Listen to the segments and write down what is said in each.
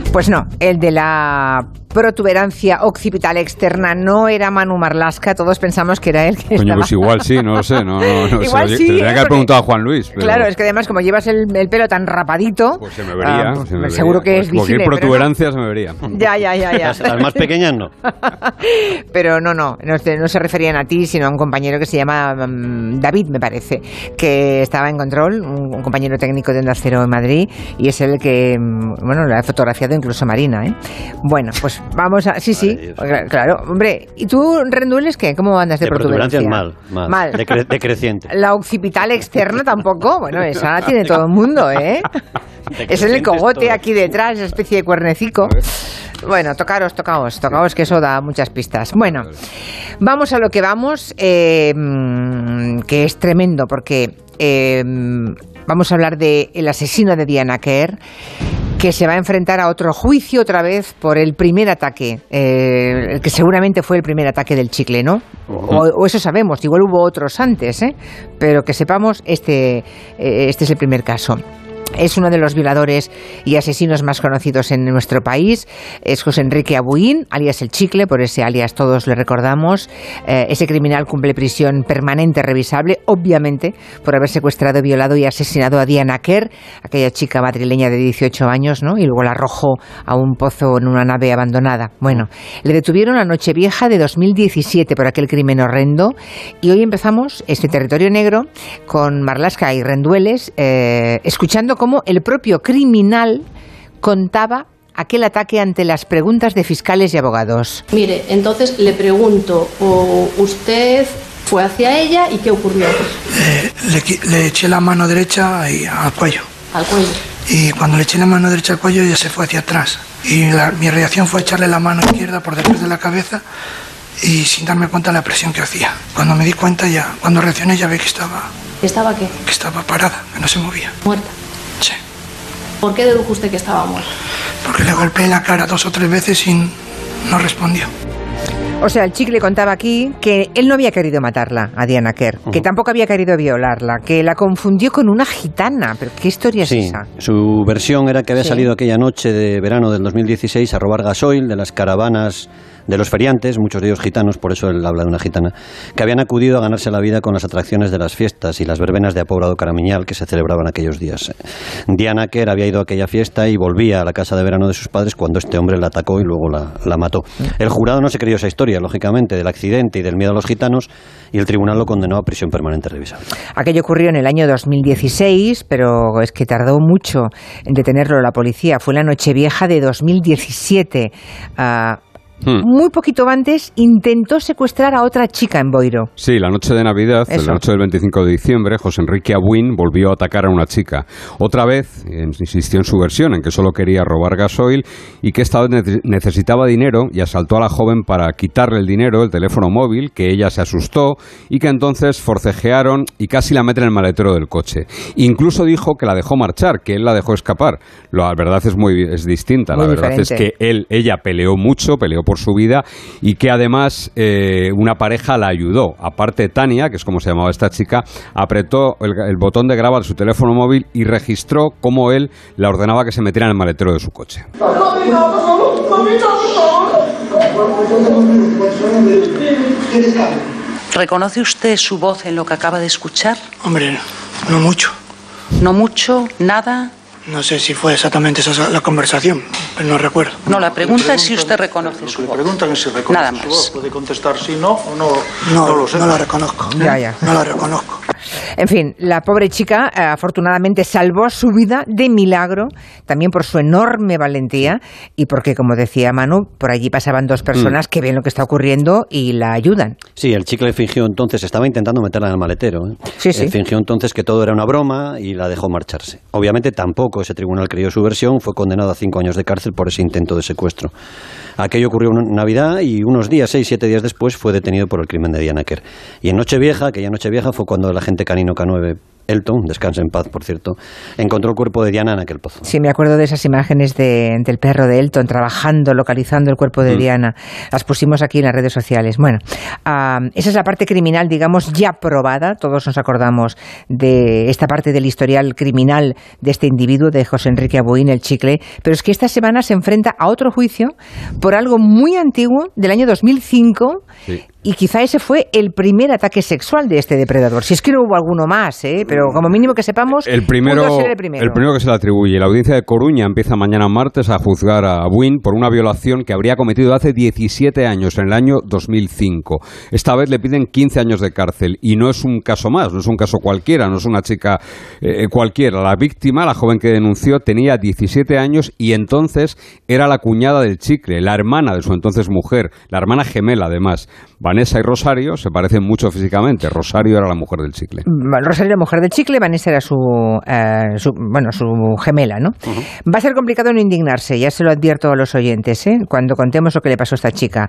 Pues no, el de la protuberancia occipital externa no era Manu Marlaska, todos pensamos que era él que Coño, estaba... pues igual sí, no lo sé, no Igual sé, sí, tendría que haber porque... preguntado a Juan Luis. Pero... Claro, es que además como llevas el pelo tan rapadito... Pues se me vería, seguro que es visible. Cualquier protuberancia se me vería. Ya. Las más pequeñas no. Pero no se referían a ti, sino a un compañero que se llama David, me parece, que estaba en control, un compañero técnico de Onda Cero en Madrid, y es el que, bueno, lo ha fotografiado incluso Marina, ¿eh? Bueno, pues vamos a... Sí, claro. Hombre, ¿y tú, Rendueles, qué? ¿Cómo andas de protuberancia? Mal. Decreciente. La occipital externa tampoco, bueno, esa la tiene todo el mundo, ¿eh? Es en el cogote aquí detrás, esa especie de cuernecico. Bueno, tocaos, que eso da muchas pistas. Bueno, vamos a lo que vamos, que es tremendo, porque vamos a hablar del asesino de Diana Kerr, que se va a enfrentar a otro juicio otra vez por el primer ataque, el que seguramente fue el primer ataque del chicle, ¿no? O eso sabemos, igual hubo otros antes, pero que sepamos, este es el primer caso. Es uno de los violadores y asesinos más conocidos en nuestro país. Es José Enrique Abuin, alias El Chicle, por ese alias todos le recordamos. Ese criminal cumple prisión permanente revisable, obviamente, por haber secuestrado, violado y asesinado a Diana Kerr, aquella chica madrileña de 18 años, ¿no? Y luego la arrojó a un pozo en una nave abandonada. Bueno, le detuvieron la Nochevieja de 2017 por aquel crimen horrendo. Y hoy empezamos este territorio negro con Marlaska y Rendueles, escuchando cómo el propio criminal contaba aquel ataque ante las preguntas de fiscales y abogados. Mire, entonces le pregunto, ¿usted fue hacia ella y qué ocurrió? Le eché la mano derecha al cuello. ¿Al cuello? Y cuando le eché la mano derecha al cuello ella se fue hacia atrás. Y mi reacción fue echarle la mano izquierda por detrás de la cabeza y sin darme cuenta de la presión que hacía. Cuando me di cuenta cuando reaccioné ya vi que estaba... ¿Estaba qué? Que estaba parada, que no se movía. ¿Muerta? Sí. ¿Por qué dedujo usted que estaba muerta? Porque le golpeé la cara 2 o 3 veces y no respondió. O sea, el Chicle contaba aquí que él no había querido matarla, a Diana Kerr, que tampoco había querido violarla, que la confundió con una gitana. ¿Pero qué historia es esa? Su versión era que había salido aquella noche de verano del 2016 a robar gasoil de las caravanas de los feriantes, muchos de ellos gitanos, por eso él habla de una gitana, que habían acudido a ganarse la vida con las atracciones de las fiestas y las verbenas de Apourado Caramiñal que se celebraban aquellos días. Diana Kerr había ido a aquella fiesta y volvía a la casa de verano de sus padres cuando este hombre la atacó y luego la mató. El jurado no se creyó esa historia, lógicamente, del accidente y del miedo a los gitanos, y el tribunal lo condenó a prisión permanente revisable. Aquello ocurrió en el año 2016, pero es que tardó mucho en detenerlo la policía. Fue la Nochevieja de 2017. Muy poquito antes intentó secuestrar a otra chica en Boiro. Sí, la noche de Navidad, la noche del 25 de diciembre, José Enrique Abuin volvió a atacar a una chica. Otra vez insistió en su versión, en que solo quería robar gasoil y que esta vez necesitaba dinero, y asaltó a la joven para quitarle el dinero, el teléfono móvil, que ella se asustó y que entonces forcejearon y casi la meten en el maletero del coche. Incluso dijo que la dejó marchar, que él la dejó escapar. La verdad es distinta. La verdad es que ella peleó mucho, peleó por su vida, y que además una pareja la ayudó. Aparte, Tania, que es como se llamaba esta chica, apretó el botón de grabar de su teléfono móvil y registró cómo él la ordenaba que se metiera en el maletero de su coche. ¿Reconoce usted su voz en lo que acaba de escuchar? Hombre, no mucho. ¿No mucho? ¿Nada? No sé si fue exactamente esa la conversación, pero no recuerdo. No, la pregunta es si usted reconoce su voz. Le preguntan si reconoce Nada su más. voz. Puede contestar sí, no o no. No lo sé. No la reconozco. Ya. No la reconozco. En fin, la pobre chica afortunadamente salvó su vida de milagro, también por su enorme valentía y porque, como decía Manu, por allí pasaban 2 personas que ven lo que está ocurriendo y la ayudan. Sí, el Chicle fingió entonces, estaba intentando meterla en el maletero. Sí. Fingió entonces que todo era una broma y la dejó marcharse. Obviamente tampoco ese tribunal creyó su versión, fue condenado a 5 años de cárcel por ese intento de secuestro. Aquello ocurrió en Navidad y unos días, 6-7 días después, fue detenido por el crimen de Diana Kerr. Y en Nochevieja, aquella Nochevieja, fue cuando el agente canino K9 Elton, descansa en paz, por cierto, encontró el cuerpo de Diana en aquel pozo. Sí, me acuerdo de esas imágenes del perro de Elton trabajando, localizando el cuerpo de Diana. Las pusimos aquí en las redes sociales. Bueno, esa es la parte criminal, digamos, ya probada. Todos nos acordamos de esta parte del historial criminal de este individuo, de José Enrique Abuin, el Chicle. Pero es que esta semana se enfrenta a otro juicio por algo muy antiguo, del año 2005, sí. Y quizá ese fue el primer ataque sexual de este depredador. Si es que no hubo alguno más, pero como mínimo que sepamos, pudo ser el primero. El primero que se le atribuye. La audiencia de Coruña empieza mañana martes a juzgar a Abuin por una violación que habría cometido hace 17 años, en el año 2005. Esta vez le piden 15 años de cárcel y no es un caso más, no es un caso cualquiera, no es una chica cualquiera. La víctima, la joven que denunció, tenía 17 años y entonces era la cuñada del Chicle, la hermana de su entonces mujer, la hermana gemela además. Vanessa y Rosario se parecen mucho físicamente. Rosario era la mujer del Chicle. Rosario era la mujer del Chicle, Vanessa era su gemela, ¿no? Va a ser complicado no indignarse, ya se lo advierto a los oyentes, cuando contemos lo que le pasó a esta chica.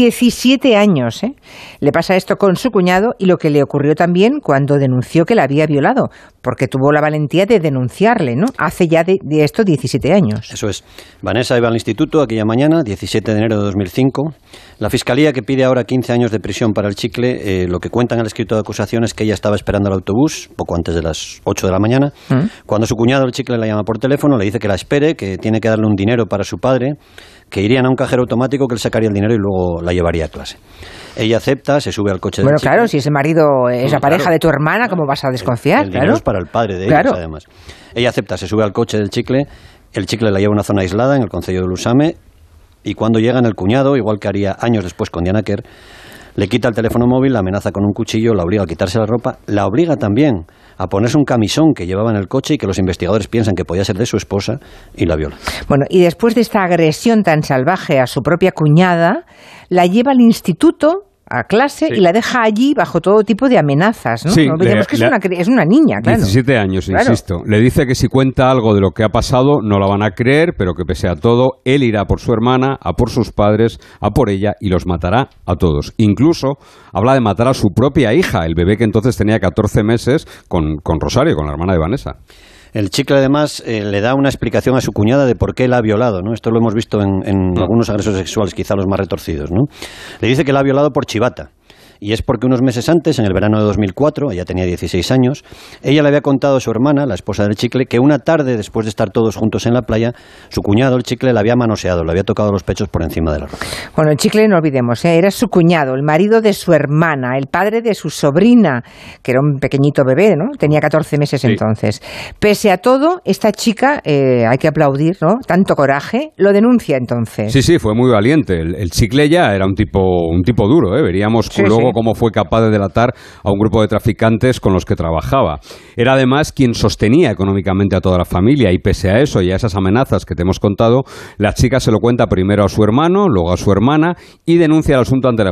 17 años, le pasa esto con su cuñado y lo que le ocurrió también cuando denunció que la había violado, porque tuvo la valentía de denunciarle, ¿no? Hace ya de esto 17 años. Eso es. Vanessa iba al instituto aquella mañana, 17 de enero de 2005. La Fiscalía, que pide ahora 15 años de prisión para el Chicle, lo que cuenta en el escrito de acusación es que ella estaba esperando el autobús poco antes de las 8 de la mañana. Cuando su cuñado, el Chicle, la llama por teléfono, le dice que la espere, que tiene que darle un dinero para su padre, que irían a un cajero automático, que él sacaría el dinero y luego la llevaría a clase. Ella acepta, se sube al coche del Chicle. Bueno, claro, si ese marido es la pareja de tu hermana, ¿cómo vas a desconfiar? El dinero es para el padre de ellos, además. Ella acepta, se sube al coche del Chicle, el Chicle la lleva a una zona aislada en el concello de Lusame, y cuando llegan el cuñado, igual que haría años después con Diana Kerr, le quita el teléfono móvil, la amenaza con un cuchillo, la obliga a quitarse la ropa, la obliga también a ponerse un camisón que llevaba en el coche y que los investigadores piensan que podía ser de su esposa, y la viola. Bueno, y después de esta agresión tan salvaje a su propia cuñada, la lleva al instituto a clase, sí, y la deja allí bajo todo tipo de amenazas, ¿no? Sí, no olvidemos que es una niña, claro. 17 años, claro. Insisto. Le dice que si cuenta algo de lo que ha pasado no la van a creer, pero que pese a todo, él irá por su hermana, a por sus padres, a por ella y los matará a todos. Incluso habla de matar a su propia hija, el bebé que entonces tenía 14 meses, con Rosario, con la hermana de Vanessa. El Chicle, además, le da una explicación a su cuñada de por qué la ha violado, ¿no? Esto lo hemos visto en algunos agresores sexuales, quizá los más retorcidos, ¿no? Le dice que la ha violado por chivata. Y es porque unos meses antes, en el verano de 2004, ella tenía 16 años, ella le había contado a su hermana, la esposa del Chicle, que una tarde, después de estar todos juntos en la playa, su cuñado, el Chicle, la había manoseado, le había tocado los pechos por encima de la ropa. Bueno, el Chicle, no olvidemos, era su cuñado, el marido de su hermana, el padre de su sobrina, que era un pequeñito bebé, ¿no? Tenía 14 meses entonces. Pese a todo, esta chica, hay que aplaudir, ¿no? Tanto coraje, lo denuncia entonces. Sí, fue muy valiente. El Chicle ya era un tipo duro, ¿eh? Veríamos luego cómo fue capaz de delatar a un grupo de traficantes con los que trabajaba. Era además quien sostenía económicamente a toda la familia y pese a eso y a esas amenazas que te hemos contado, la chica se lo cuenta primero a su hermano, luego a su hermana y denuncia el asunto ante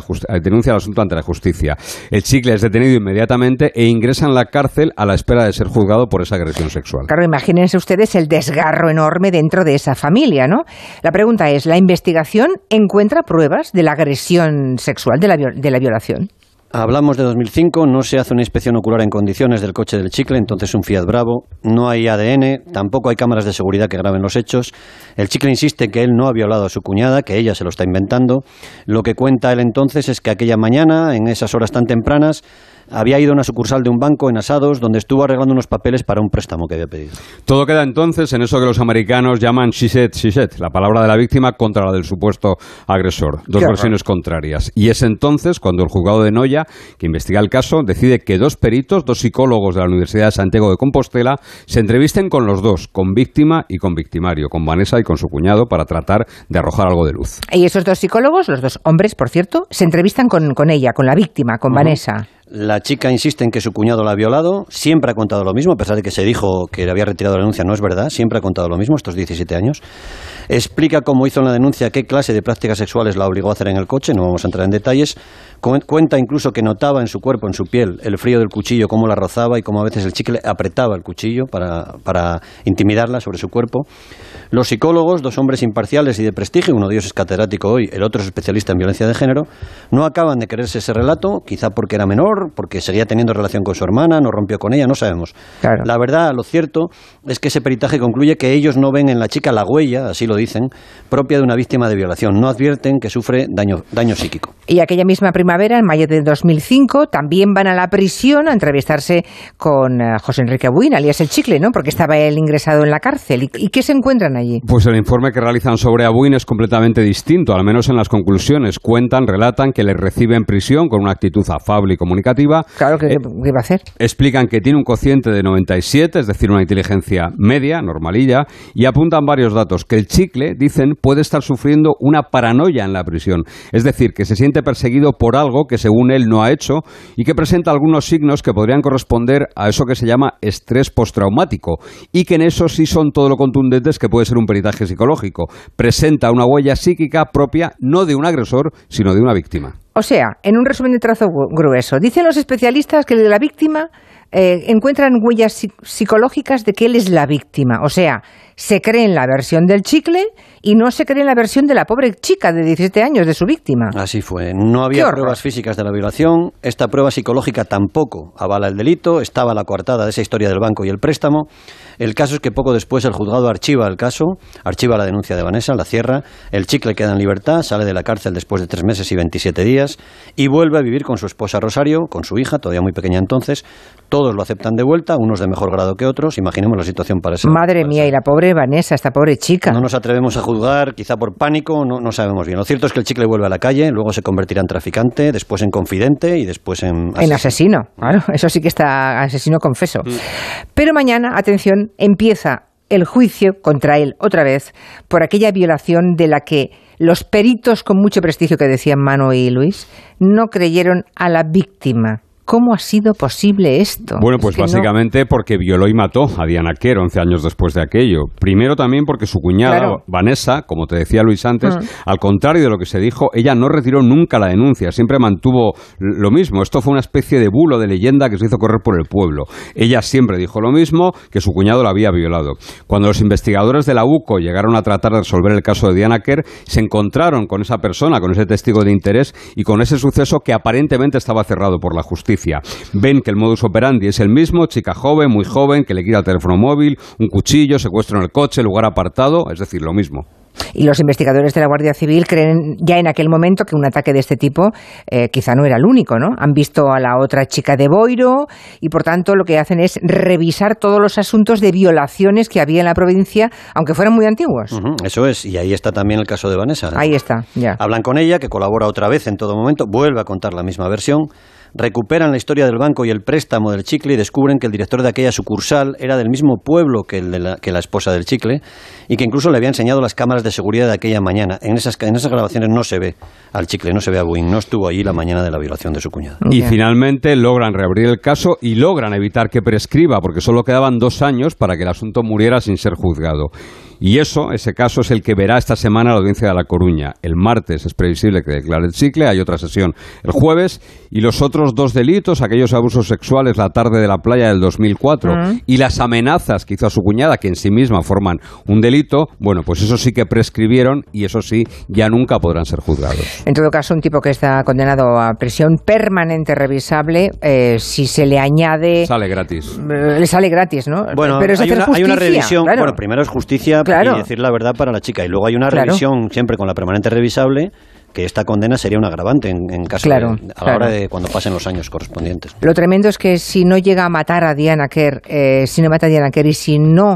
la justicia. El Chicle es detenido inmediatamente e ingresa en la cárcel a la espera de ser juzgado por esa agresión sexual. Claro, imagínense ustedes el desgarro enorme dentro de esa familia, ¿no? La pregunta es, ¿la investigación encuentra pruebas de la agresión sexual, de la violación? Hablamos de 2005, no se hace una inspección ocular en condiciones del coche del Chicle, entonces un Fiat Bravo, no hay ADN, tampoco hay cámaras de seguridad que graben los hechos. El Chicle insiste que él no ha violado a su cuñada, que ella se lo está inventando. Lo que cuenta él entonces es que aquella mañana, en esas horas tan tempranas, había ido a una sucursal de un banco en Asados donde estuvo arreglando unos papeles para un préstamo que había pedido. Todo queda entonces en eso que los americanos llaman she said, la palabra de la víctima contra la del supuesto agresor. Dos versiones contrarias. Y es entonces cuando el juzgado de Noia, que investiga el caso, decide que dos peritos, dos psicólogos de la Universidad de Santiago de Compostela, se entrevisten con los dos, con víctima y con victimario, con Vanessa y con su cuñado, para tratar de arrojar algo de luz. Y esos dos psicólogos, los dos hombres, por cierto, se entrevistan con ella, con la víctima, con Vanessa. La chica insiste en que su cuñado la ha violado, siempre ha contado lo mismo, a pesar de que se dijo que le había retirado la denuncia, no es verdad, siempre ha contado lo mismo, estos 17 años. Explica cómo hizo en la denuncia, qué clase de prácticas sexuales la obligó a hacer en el coche, no vamos a entrar en detalles. Cuenta incluso que notaba en su cuerpo, en su piel, el frío del cuchillo, cómo la rozaba y cómo a veces el Chicle apretaba el cuchillo para intimidarla sobre su cuerpo. Los psicólogos, dos hombres imparciales y de prestigio, uno de ellos es catedrático hoy, el otro es especialista en violencia de género, no acaban de creerse ese relato, quizá porque era menor amor, porque seguía teniendo relación con su hermana, no rompió con ella, no sabemos. Claro. La verdad, lo cierto es que ese peritaje concluye que ellos no ven en la chica la huella, así lo dicen, propia de una víctima de violación. No advierten que sufre daño psíquico. Y aquella misma primavera, en mayo de 2005, también van a la prisión a entrevistarse con José Enrique Abuin, alias El Chicle, ¿no? Porque estaba él ingresado en la cárcel. ¿Y qué se encuentran allí? Pues el informe que realizan sobre Abuin es completamente distinto, al menos en las conclusiones. Relatan que le recibe en prisión con una actitud afable y comunicativa. Claro, ¿qué iba a hacer? Explican que tiene un cociente de 97, es decir, una inteligencia media, normalilla, y apuntan varios datos. Que el Chicle, dicen, puede estar sufriendo una paranoia en la prisión. Es decir, que se siente perseguido por algo que según él no ha hecho y que presenta algunos signos que podrían corresponder a eso que se llama estrés postraumático y que en eso sí son todo lo contundentes que puede ser un peritaje psicológico. Presenta una huella psíquica propia no de un agresor, sino de una víctima. O sea, en un resumen de trazo grueso, dicen los especialistas que la víctima encuentran huellas psicológicas de que él es la víctima. O sea, se cree en la versión del Chicle y no se cree en la versión de la pobre chica de 17 años, de su víctima. Así fue. No había pruebas físicas de la violación. Esta prueba psicológica tampoco avala el delito. Estaba la coartada de esa historia del banco y el préstamo. El caso es que poco después el juzgado archiva el caso, archiva la denuncia de Vanessa, la cierra. El Chicle queda en libertad, sale de la cárcel después de 3 meses y 27 días y vuelve a vivir con su esposa Rosario, con su hija, todavía muy pequeña entonces. Todos lo aceptan de vuelta, unos de mejor grado que otros. Imaginemos la situación para esa. Madre mía, y la pobre Vanessa, esta pobre chica. No nos atrevemos a juzgar, quizá por pánico, no sabemos bien. Lo cierto es que el Chicle vuelve a la calle, luego se convertirá en traficante, después en confidente y después en asesino. En asesino, claro, eso sí que está asesino confeso. Pero mañana, atención, empieza el juicio contra él otra vez por aquella violación de la que los peritos con mucho prestigio que decían Manu y Luis no creyeron a la víctima. ¿Cómo ha sido posible esto? Bueno, pues básicamente porque violó y mató a Diana Quer 11 años después de aquello. Primero también porque su cuñada, claro, Vanessa, como te decía Luis antes, al contrario de lo que se dijo, ella no retiró nunca la denuncia, siempre mantuvo lo mismo. Esto fue una especie de bulo, de leyenda que se hizo correr por el pueblo. Ella siempre dijo lo mismo, que su cuñado la había violado. Cuando los investigadores de la UCO llegaron a tratar de resolver el caso de Diana Quer, se encontraron con esa persona, con ese testigo de interés y con ese suceso que aparentemente estaba cerrado por la justicia. Ven que el modus operandi es el mismo, chica joven, muy joven, que le quita el teléfono móvil, un cuchillo, secuestro en el coche, lugar apartado, es decir, lo mismo. Y los investigadores de la Guardia Civil creen ya en aquel momento que un ataque de este tipo quizá no era el único, ¿no? Han visto a la otra chica de Boiro y, por tanto, lo que hacen es revisar todos los asuntos de violaciones que había en la provincia, aunque fueran muy antiguos. Eso es, y ahí está también el caso de Vanessa. Ahí está, ya. Hablan con ella, que colabora otra vez en todo momento, vuelve a contar la misma versión. Recuperan la historia del banco y el préstamo del Chicle y descubren que el director de aquella sucursal era del mismo pueblo que la esposa del Chicle y que incluso le había enseñado las cámaras de seguridad de aquella mañana. En esas grabaciones no se ve al Chicle, no se ve a Abuin, no estuvo allí la mañana de la violación de su cuñada. Y finalmente logran reabrir el caso y logran evitar que prescriba, porque solo quedaban 2 años para que el asunto muriera sin ser juzgado. Y ese caso es el que verá esta semana la audiencia de La Coruña. El martes es previsible que declare el Chicle, hay otra sesión el jueves, y los otros 2 delitos, aquellos abusos sexuales la tarde de la playa del 2004 y las amenazas que hizo a su cuñada, que en sí misma forman un delito, bueno, pues eso sí que prescribieron y eso sí, ya nunca podrán ser juzgados. En todo caso, un tipo que está condenado a prisión permanente revisable, si se le añade... Sale gratis. Le sale gratis, ¿no? Bueno, pero es hay una revisión, claro. Bueno, primero es justicia, claro, y decir la verdad para la chica. Y luego hay una revisión siempre con la permanente revisable, que esta condena sería un agravante en caso a la hora de cuando pasen los años correspondientes. Lo tremendo es que si no llega a matar a Diana Quer, si no mata a Diana Quer y si no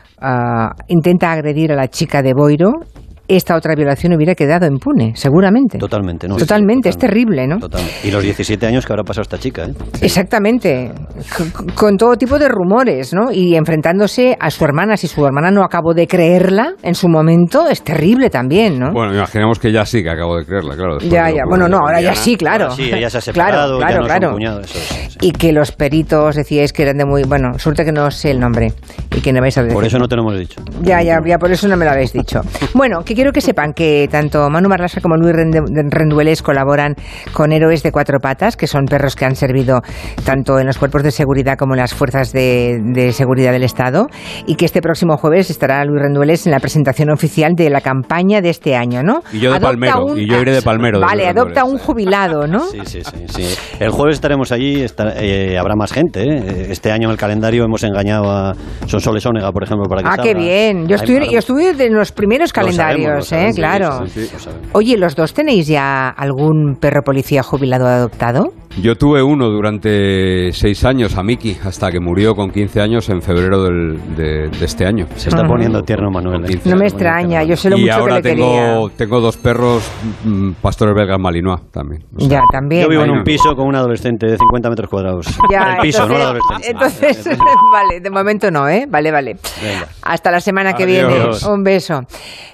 intenta agredir a la chica de Boiro, esta otra violación hubiera quedado impune, seguramente. Totalmente, ¿no? Totalmente, es terrible, ¿no? Totalmente. Y los 17 años que habrá pasado esta chica, ¿eh? Sí. Exactamente, con todo tipo de rumores, ¿no? Y enfrentándose a su hermana, si su hermana no acabó de creerla en su momento, es terrible también, ¿no? Bueno, imaginemos que ya sí que acabó de creerla, claro. Ya, bueno, no, ahora ya sí, claro. Ahora sí, ella se ha separado, claro, ya no es un cuñado, eso es, sí. Y que los peritos decíais que eran de muy... Bueno, suerte que no sé el nombre y que no vais a decir. Por eso no te lo hemos dicho. Ya, por eso no me lo habéis dicho. Bueno, que quiero que sepan que tanto Manu Marlasca como Luis Rendueles colaboran con Héroes de Cuatro Patas, que son perros que han servido tanto en los cuerpos de seguridad como en las fuerzas de seguridad del Estado, y que este próximo jueves estará Luis Rendueles en la presentación oficial de la campaña de este año, ¿no? Y yo de Palmero, y yo iré de Palmero. Vale, adopta un jubilado, ¿no? Sí. El jueves estaremos allí, habrá más gente, ¿eh? Este año en el calendario hemos engañado a Sonsoles Onega, por ejemplo, para que salga. Qué bien. Yo estuve en los primeros calendarios, lo sabemos, claro. Sí, Oye, ¿los dos tenéis ya algún perro policía jubilado adoptado? Yo tuve uno durante 6 años, a Miki, hasta que murió con 15 años en febrero de este año. Se está poniendo tierno Manuel. No me extraña, yo sé lo mucho que le quería. Y ahora tengo 2 perros pastores belgas malinois también. Ya, también. Yo vivo en un piso con un adolescente de 50 metros cuadrados. Ya, el piso, entonces, no la adolescencia. Entonces, vale, de momento no, ¿eh? Vale. Venga. Hasta la semana que Adiós. viene. Un beso.